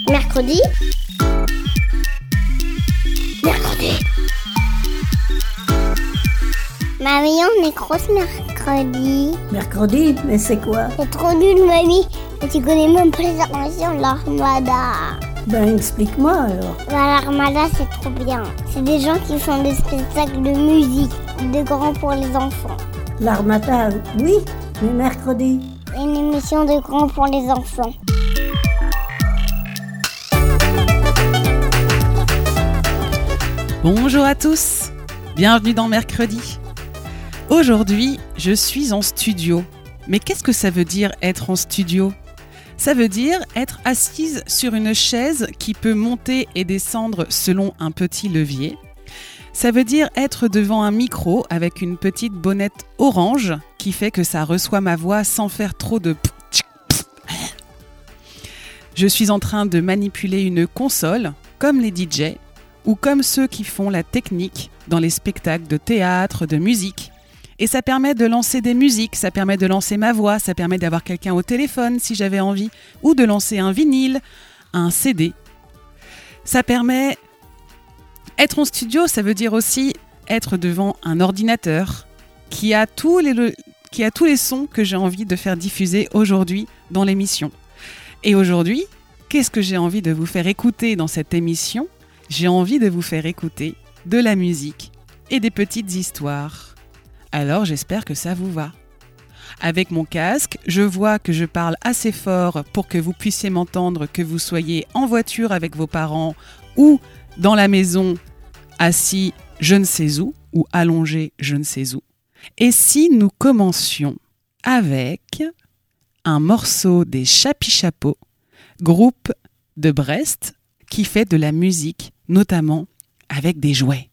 Mercredi. Mercredi. Mamie, on est grosse mercredi. Mercredi? Mais c'est quoi? C'est trop nul, mamie. Et tu connais même pas les armations de l'Armada. Ben, explique-moi alors. L'Armada, c'est trop bien. C'est des gens qui font des spectacles de musique, de grands pour les enfants. L'Armada, oui, mais mercredi. C'est une émission de grands pour les enfants. Bonjour à tous, bienvenue dans Mercredi. Aujourd'hui, je suis en studio. Mais qu'est-ce que ça veut dire être en studio ? Ça veut dire être assise sur une chaise qui peut monter et descendre selon un petit levier. Ça veut dire être devant un micro avec une petite bonnette orange qui fait que ça reçoit ma voix sans faire trop de... Je suis en train de manipuler une console, comme les DJ, ou comme ceux qui font la technique dans les spectacles de théâtre, de musique. Et ça permet de lancer des musiques, ça permet de lancer ma voix, ça permet d'avoir quelqu'un au téléphone si j'avais envie, ou de lancer un vinyle, un CD. Ça permet... Être en studio, ça veut dire aussi être devant un ordinateur qui a tous les sons que j'ai envie de faire diffuser aujourd'hui dans l'émission. Et aujourd'hui, qu'est-ce que j'ai envie de vous faire écouter dans cette émission ? J'ai envie de vous faire écouter de la musique et des petites histoires. Alors j'espère que ça vous va. Avec mon casque, je vois que je parle assez fort pour que vous puissiez m'entendre, que vous soyez en voiture avec vos parents ou dans la maison, assis je ne sais où ou allongé je ne sais où. Et si nous commencions avec un morceau des Chapi Chapeaux, groupe de Brest qui fait de la musique, notamment avec des jouets.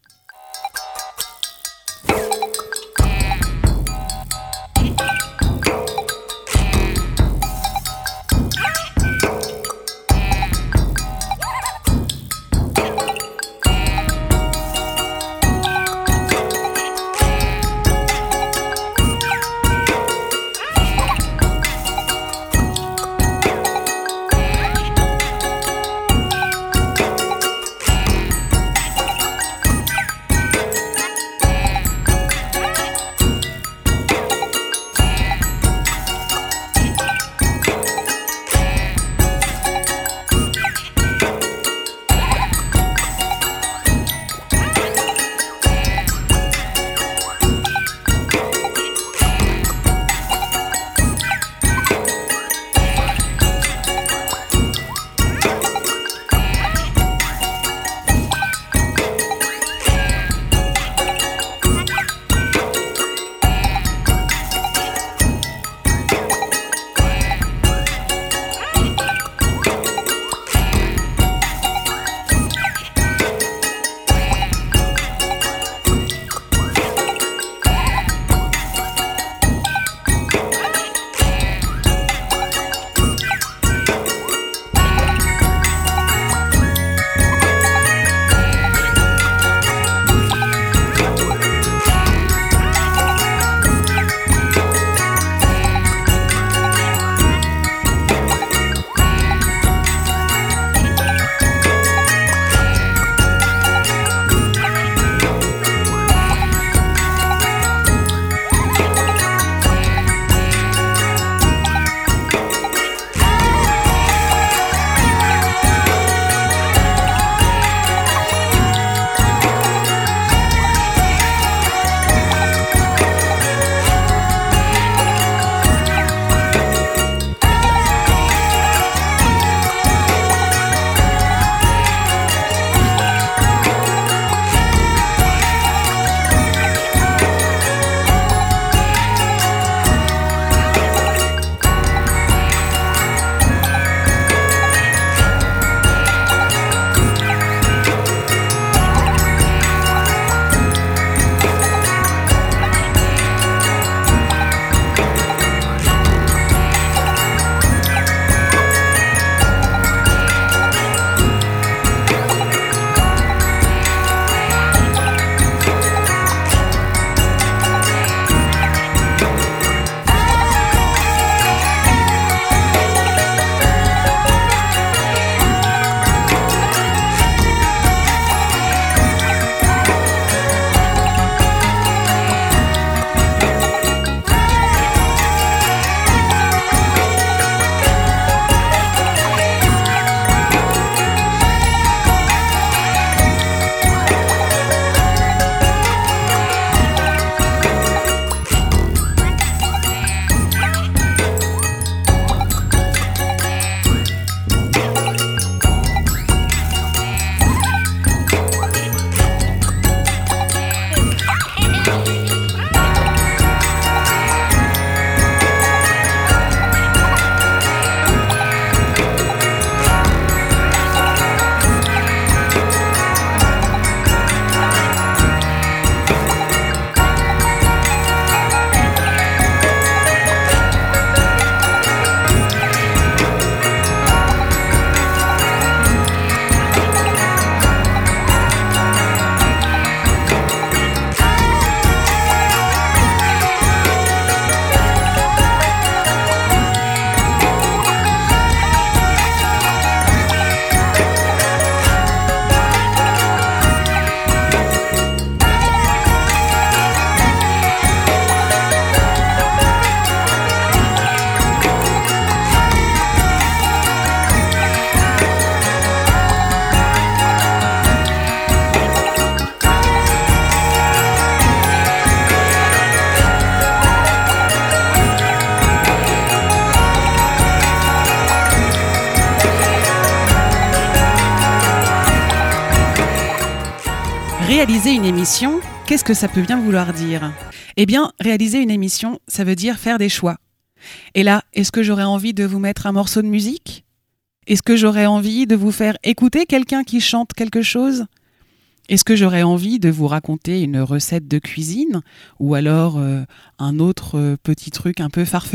Réaliser une émission, qu'est-ce que ça peut bien vouloir dire ? Eh bien, réaliser une émission, ça veut dire faire des choix. Et là, est-ce que j'aurais envie de vous mettre un morceau de musique ? Est-ce que j'aurais envie de vous faire écouter quelqu'un qui chante quelque chose ? Est-ce que j'aurais envie de vous raconter une recette de cuisine ? Ou alors un autre petit truc un peu farfelu ?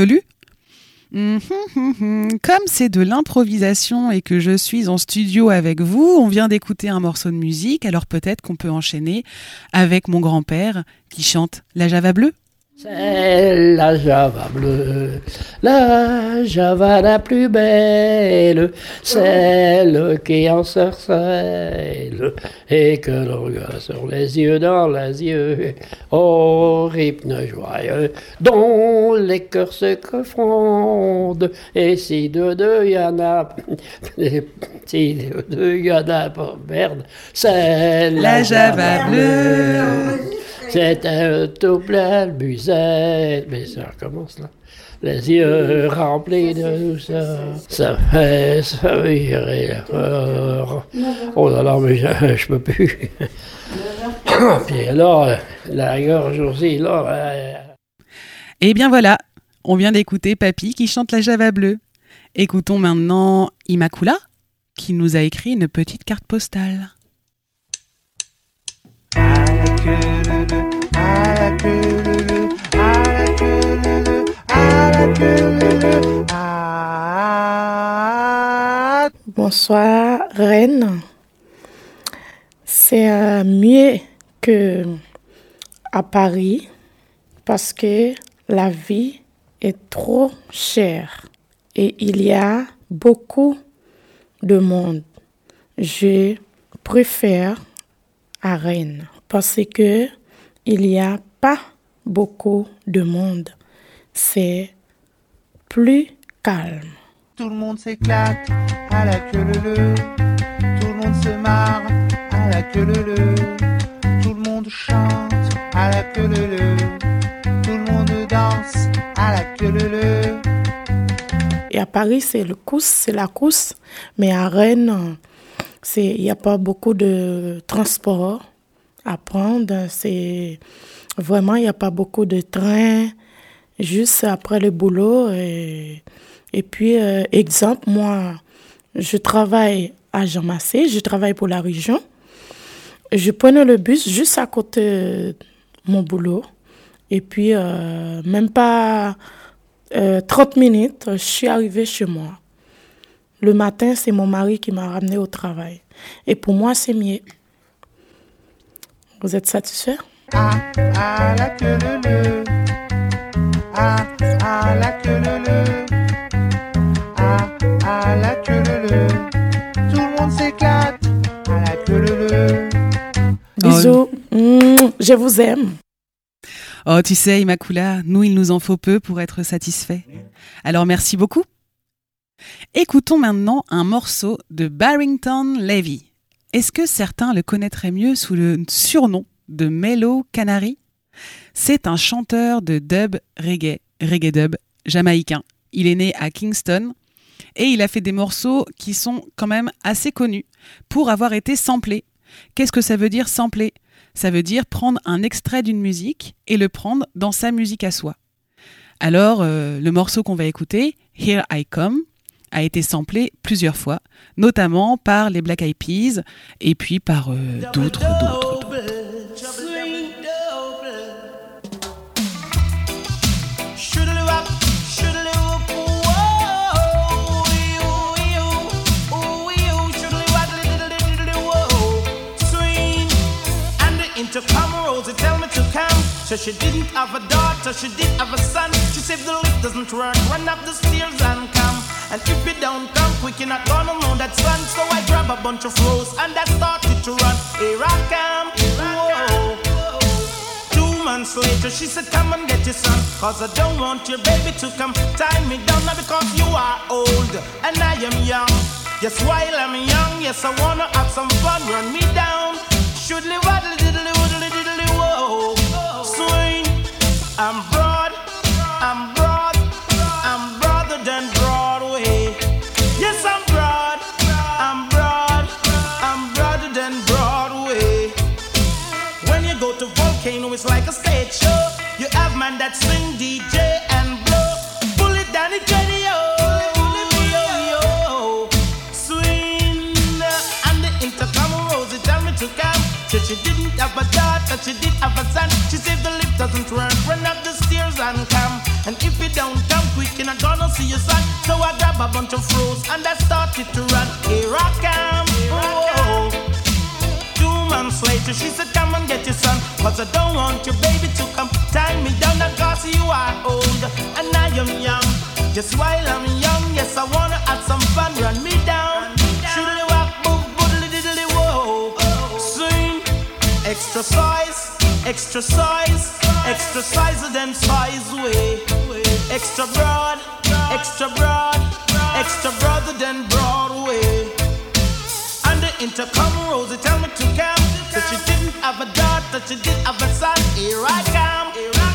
Comme c'est de l'improvisation et que je suis en studio avec vous, on vient d'écouter un morceau de musique, alors peut-être qu'on peut enchaîner avec mon grand-père qui chante La Java bleue. C'est la Java bleue, la Java la plus belle, celle qui ensorcelle et que l'on regarde sur les yeux dans les yeux, au rythme joyeux dont les cœurs se confondent. Et si de deux y en a, si de deux y en a pas merde, c'est la Java bleue. C'est un tout plein de musette, mais ça recommence là. Les yeux remplis de douceur, ça fait virer la peur. Oh là là, mais je peux plus. Puis alors, la gorge aussi, là. Eh bien voilà, on vient d'écouter Papy qui chante La Java bleue. Écoutons maintenant Immaculata, qui nous a écrit une petite carte postale. Bonsoir, Reine. C'est mieux que à Paris parce que la vie est trop chère et il y a beaucoup de monde. Je préfère à Rennes parce que il n'y a pas beaucoup de monde. C'est plus calme. Tout le monde s'éclate à la queue leu. Tout le monde se marre à la queue leu. Tout le monde chante à la queue leu. Tout le monde danse à la queue leu. Et à Paris, c'est la course. Mais à Rennes, il n'y a pas beaucoup de transport à prendre. Vraiment, il n'y a pas beaucoup de trains. Juste après le boulot. Et puis, exemple, moi, je travaille à Jean-Massé, je travaille pour la région. Je prenais le bus juste à côté de mon boulot. Et puis, même pas 30 minutes, je suis arrivée chez moi. Le matin, c'est mon mari qui m'a ramenée au travail. Et pour moi, c'est mieux. Vous êtes satisfait? À la queue leu. À la queue leu. À la queue leu. Tout le monde s'éclate à la queue leu. Bisous. Je vous aime. Oh, tu sais, Immaculata, nous, il nous en faut peu pour être satisfaits. Alors, merci beaucoup. Écoutons maintenant un morceau de Barrington Levy. Est-ce que certains le connaîtraient mieux sous le surnom de Mellow Canary ? C'est un chanteur de dub reggae dub jamaïcain. Il est né à Kingston et il a fait des morceaux qui sont quand même assez connus pour avoir été samplés. Qu'est-ce que ça veut dire sampler ? Ça veut dire prendre un extrait d'une musique et le prendre dans sa musique à soi. Alors, le morceau qu'on va écouter, Here I Come, a été samplé plusieurs fois, notamment par les Black Eyed Peas et puis par d'autres. To come, Rosie, tell me to come. So she didn't have a daughter, she did have a son. She said the lift doesn't work, run up the stairs and come. And if you don't come quick, you're not gonna know that son. So I grab a bunch of roses and I started to run. Here I come, whoa. 2 months later, she said, come and get your son. Cause I don't want your baby to come tie me down. Now because you are old and I am young. Yes, while I'm young, yes, I wanna have some fun. Run me down. Shoodly waddly diddly woodly diddly whoa. Swing, I'm broad, I'm broad, I'm broader than Broadway. Yes, I'm broad, I'm broad, I'm broader than Broadway. it's like a stage show. You have man that swing, DJ and blow. Pull it down the radio. Swing and the intercom Rosie tell me to come. Said she didn't have a daughter, she did have a son. She said the lift doesn't run up the stairs and come. And if you don't come quick, you're not gonna see your son. So I grab a bunch of froze and I started to run. Here I come. Oh. 2 months later, she said, come and get your son. Cause I don't want your baby to come tie me down. Cause you are old and I am young. Just while I'm young, yes, I wanna have some fun. Run me down. Shoodly walk, boop, boodly diddly whoa. Swing, exercise, exercise, exercise than size way. Extra broad, extra broad, extra broader than Broadway. And the intercom Rosie tell me to come. So she didn't have a daughter, she did have a son. Here I come.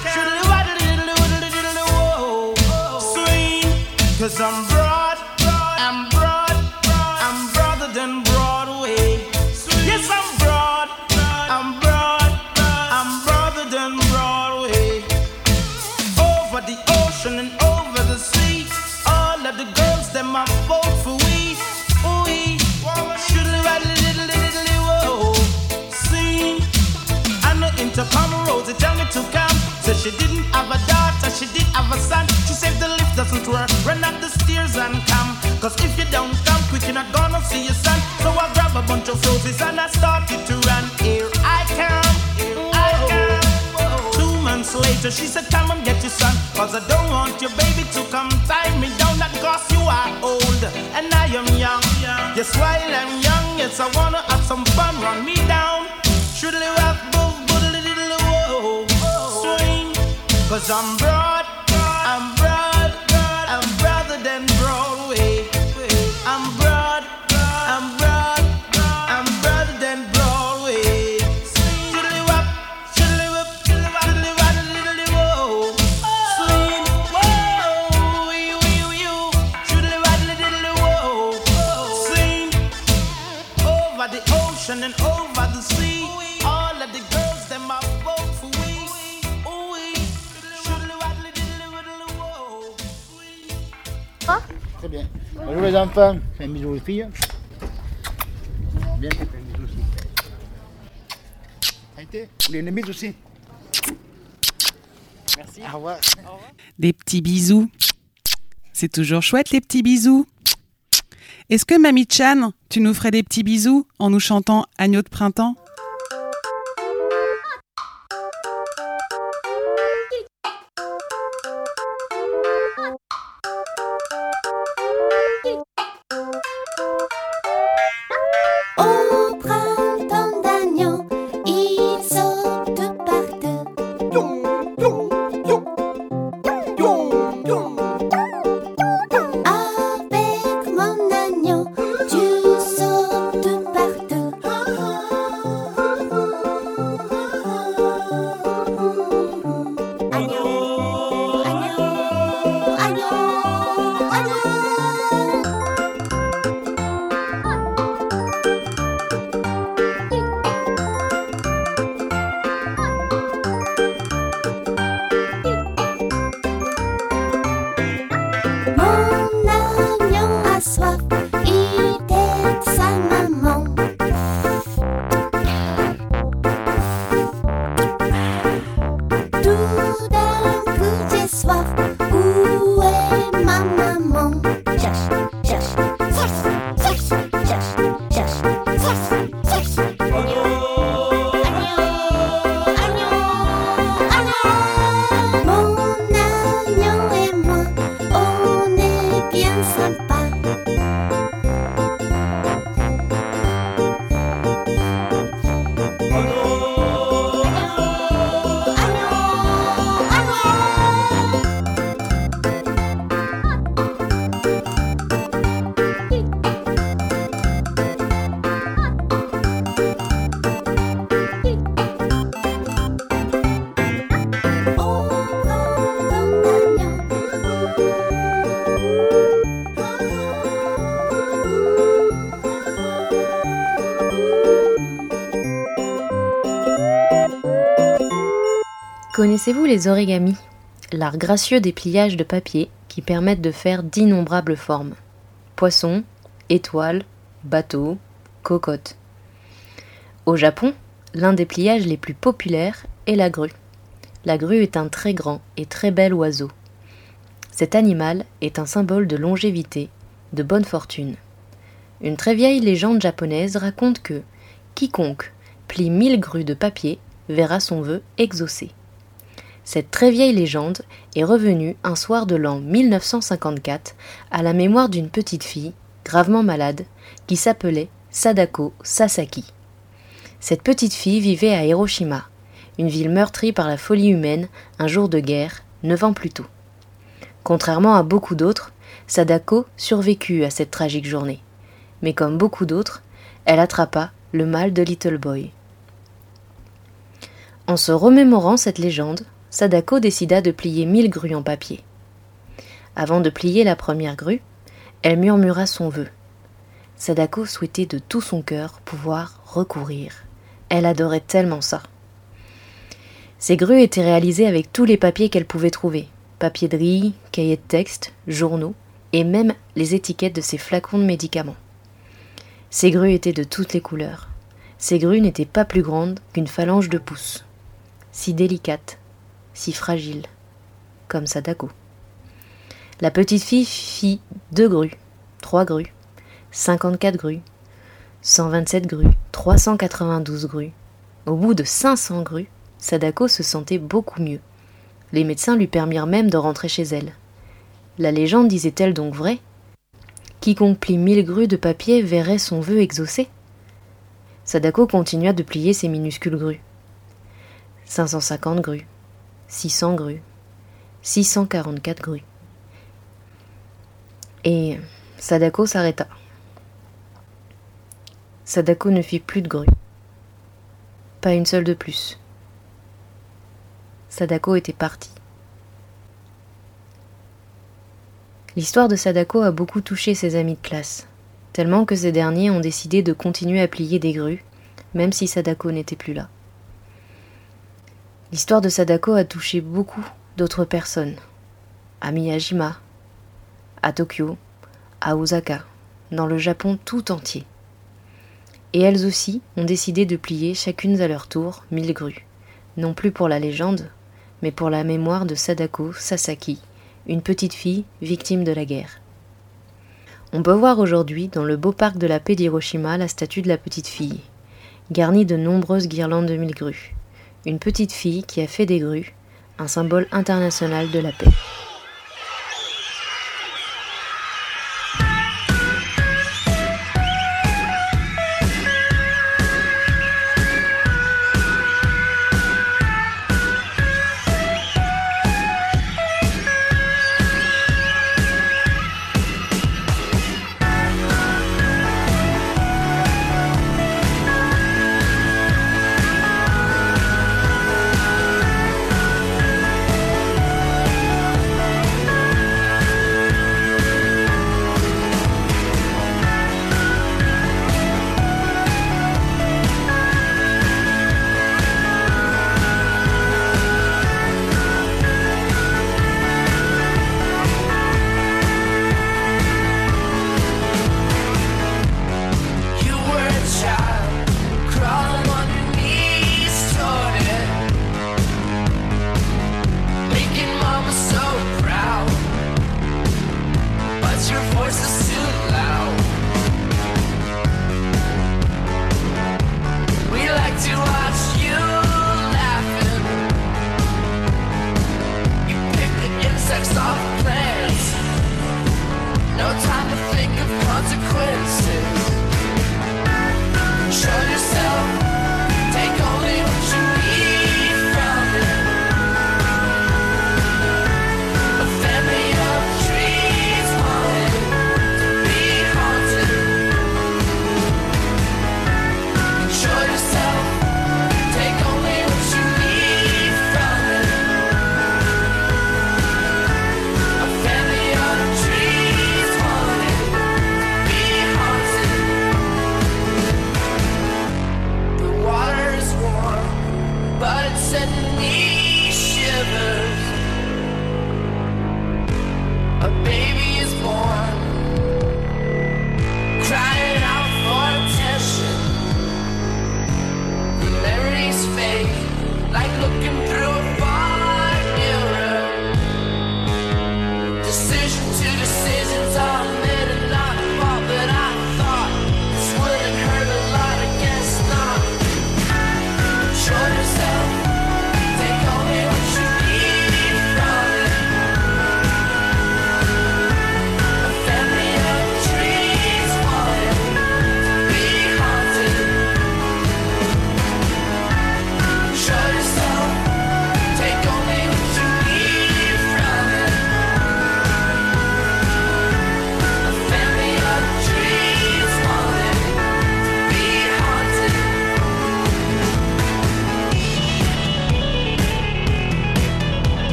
Swing, cause I'm broad, I'm broad, I'm broader than Broadway. Yes, I'm broad, I'm broad, I'm broader than Broadway. Over the ocean and over the sea, all of the girls them are vote for we. Ooh, shoodly diddly whoa. Sing, and the intercom Rosie tell me to come. So she didn't have a daughter, she did have a son. She said the lift doesn't work, run up the stairs and come. Cause if you don't come quick, you're not gonna see your son. So I grab a bunch of roses and I started to run. Here I come, here I come. 2 months later, she said, come and get your son. Cause I don't want your baby to come tie me down. Not cause you are old and I am young. Yes, while I'm young, yes, I wanna have some fun. Run me down. Shoodly walk, boo, boodly diddly whoa. Swing, cause I'm broad, I'm broad, I'm broader than Broadway. I'm broad, I'm broad, I'm broader than Broadway. Shoodly wop, shoodly whoop, shoodly wop, shoodly wop, shoodly whoa. Swing, whoa, you, shoodly wop, shoodly whoa. Swing, over the ocean and over the sea. All of the girls, them are vote for we. Très bien. Bonjour les enfants. Fais un bisou aux filles. Bien, fais un bisou aussi. Arrêtez. Vous voulez une bise aussi? Merci. Au revoir. Des petits bisous. C'est toujours chouette les petits bisous. Est-ce que Mamie Chan, tu nous ferais des petits bisous en nous chantant Agneau de printemps ? Au printemps d'agneau, il saute partout. Avec mon agneau, tu sautes partout. Connaissez-vous les origamis, l'art gracieux des pliages de papier qui permettent de faire d'innombrables formes? Poissons, étoiles, bateaux, cocottes. Au Japon, l'un des pliages les plus populaires est la grue. La grue est un très grand et très bel oiseau. Cet animal est un symbole de longévité, de bonne fortune. Une très vieille légende japonaise raconte que quiconque plie 1000 grues de papier verra son vœu exaucé. Cette très vieille légende est revenue un soir de l'an 1954 à la mémoire d'une petite fille, gravement malade, qui s'appelait Sadako Sasaki. Cette petite fille vivait à Hiroshima, une ville meurtrie par la folie humaine un jour de guerre, 9 ans plus tôt. Contrairement à beaucoup d'autres, Sadako survécut à cette tragique journée. Mais comme beaucoup d'autres, elle attrapa le mal de Little Boy. En se remémorant cette légende, Sadako décida de plier 1000 grues en papier. Avant de plier la première grue, elle murmura son vœu. Sadako souhaitait de tout son cœur pouvoir recourir. Elle adorait tellement ça. Ces grues étaient réalisées avec tous les papiers qu'elle pouvait trouver. Papier de riz, cahiers de texte, journaux, et même les étiquettes de ses flacons de médicaments. Ces grues étaient de toutes les couleurs. Ces grues n'étaient pas plus grandes qu'une phalange de pouce. Si délicates, si fragiles, comme Sadako. La petite fille fit 2 grues, 3 grues, 54 grues, 127 grues, 392 grues. Au bout de 500 grues, Sadako se sentait beaucoup mieux. Les médecins lui permirent même de rentrer chez elle. La légende disait-elle donc vrai? Quiconque plie 1000 grues de papier verrait son vœu exaucé. Sadako continua de plier ses minuscules grues. 550 grues, 600 grues, 644 grues. Et Sadako s'arrêta. Sadako ne fit plus de grues. Pas une seule de plus. Sadako était partie. L'histoire de Sadako a beaucoup touché ses amis de classe, tellement que ces derniers ont décidé de continuer à plier des grues, même si Sadako n'était plus là. L'histoire de Sadako a touché beaucoup d'autres personnes, à Miyajima, à Tokyo, à Osaka, dans le Japon tout entier. Et elles aussi ont décidé de plier chacune à leur tour 1000 grues, non plus pour la légende, mais pour la mémoire de Sadako Sasaki, une petite fille victime de la guerre. On peut voir aujourd'hui dans le beau parc de la paix d'Hiroshima la statue de la petite fille, garnie de nombreuses guirlandes de 1000 grues. Une petite fille qui a fait des grues, un symbole international de la paix.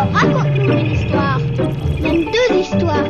raconte-nous une histoire. Même 2 histoires.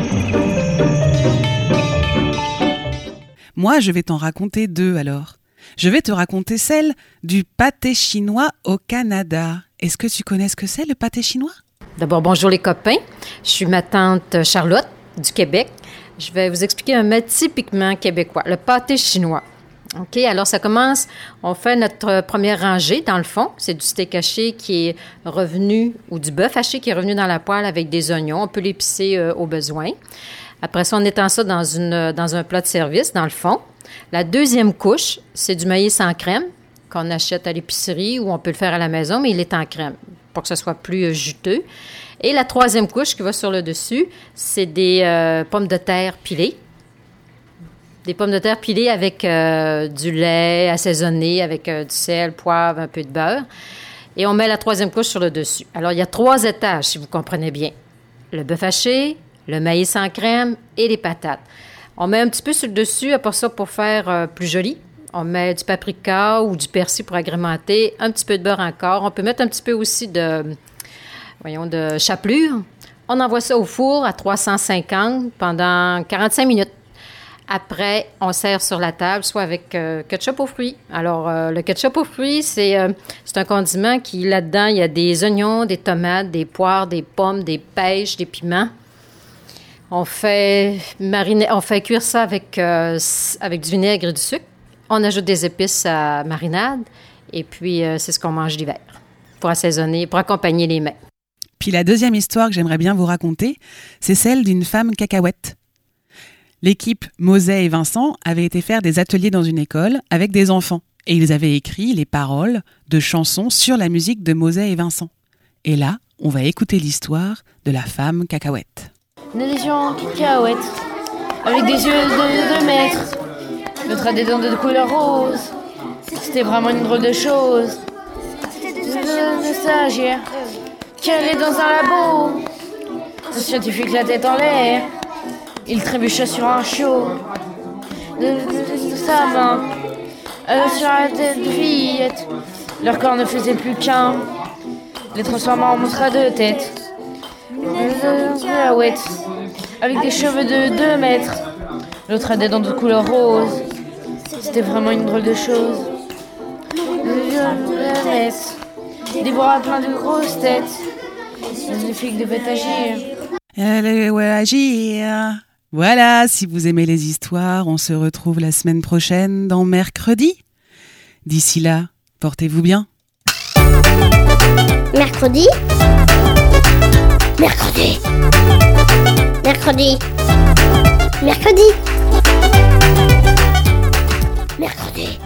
Moi, je vais t'en raconter 2 alors. Je vais te raconter celle du pâté chinois au Canada. Est-ce que tu connais ce que c'est, le pâté chinois? D'abord, bonjour les copains. Je suis ma tante Charlotte du Québec. Je vais vous expliquer un mets typiquement québécois, le pâté chinois. OK, alors ça commence, on fait notre première rangée dans le fond. C'est du steak haché qui est revenu, ou du bœuf haché qui est revenu dans la poêle avec des oignons. On peut l'épicer au besoin. Après ça, on étend ça dans un plat de service, dans le fond. La deuxième couche, c'est du maïs en crème qu'on achète à l'épicerie ou on peut le faire à la maison, mais il est en crème pour que ce soit plus juteux. Et la troisième couche qui va sur le dessus, c'est des pommes de terre pilées. Des pommes de terre pilées avec du lait assaisonné, avec du sel, poivre, un peu de beurre. Et on met la troisième couche sur le dessus. Alors, il y a 3 étages, si vous comprenez bien. Le bœuf haché, le maïs en crème et les patates. On met un petit peu sur le dessus, après ça, pour faire plus joli. On met du paprika ou du persil pour agrémenter, un petit peu de beurre encore. On peut mettre un petit peu aussi de chapelure. On envoie ça au four à 350 pendant 45 minutes. Après, on sert sur la table, soit avec ketchup aux fruits. Alors, le ketchup aux fruits, c'est un condiment qui, là-dedans, il y a des oignons, des tomates, des poires, des pommes, des pêches, des piments. On fait cuire ça avec du vinaigre et du sucre. On ajoute des épices à marinade. Et puis, c'est ce qu'on mange l'hiver pour assaisonner, pour accompagner les mets. Puis la deuxième histoire que j'aimerais bien vous raconter, c'est celle d'une femme cacahuète. L'équipe Moset et Vincent avait été faire des ateliers dans une école avec des enfants et ils avaient écrit les paroles de chansons sur la musique de Moset et Vincent. Et là, on va écouter l'histoire de la femme cacahuète. Nous étions cacahuètes, avec des yeux de 2 mètres, l'autre a des dents de couleur rose. C'était vraiment une drôle de chose. De stagiaire qui allait dans un labo, un scientifique la tête en l'air. Il trébucha sur un chiot de sa main, sur la tête de fillette. Leur corps ne faisait plus qu'un, les transformant en monstre à 2 têtes. Cacahuète, avec des cheveux de 2 mètres. L'autre a des dents de couleur rose. C'était vraiment une drôle de chose. Des bras pleins de grosses têtes. Les flics devaient agir. Voilà, si vous aimez les histoires, on se retrouve la semaine prochaine dans Mercredi. D'ici là, portez-vous bien. Mercredi. Mercredi. Mercredi. Mercredi. Mercredi.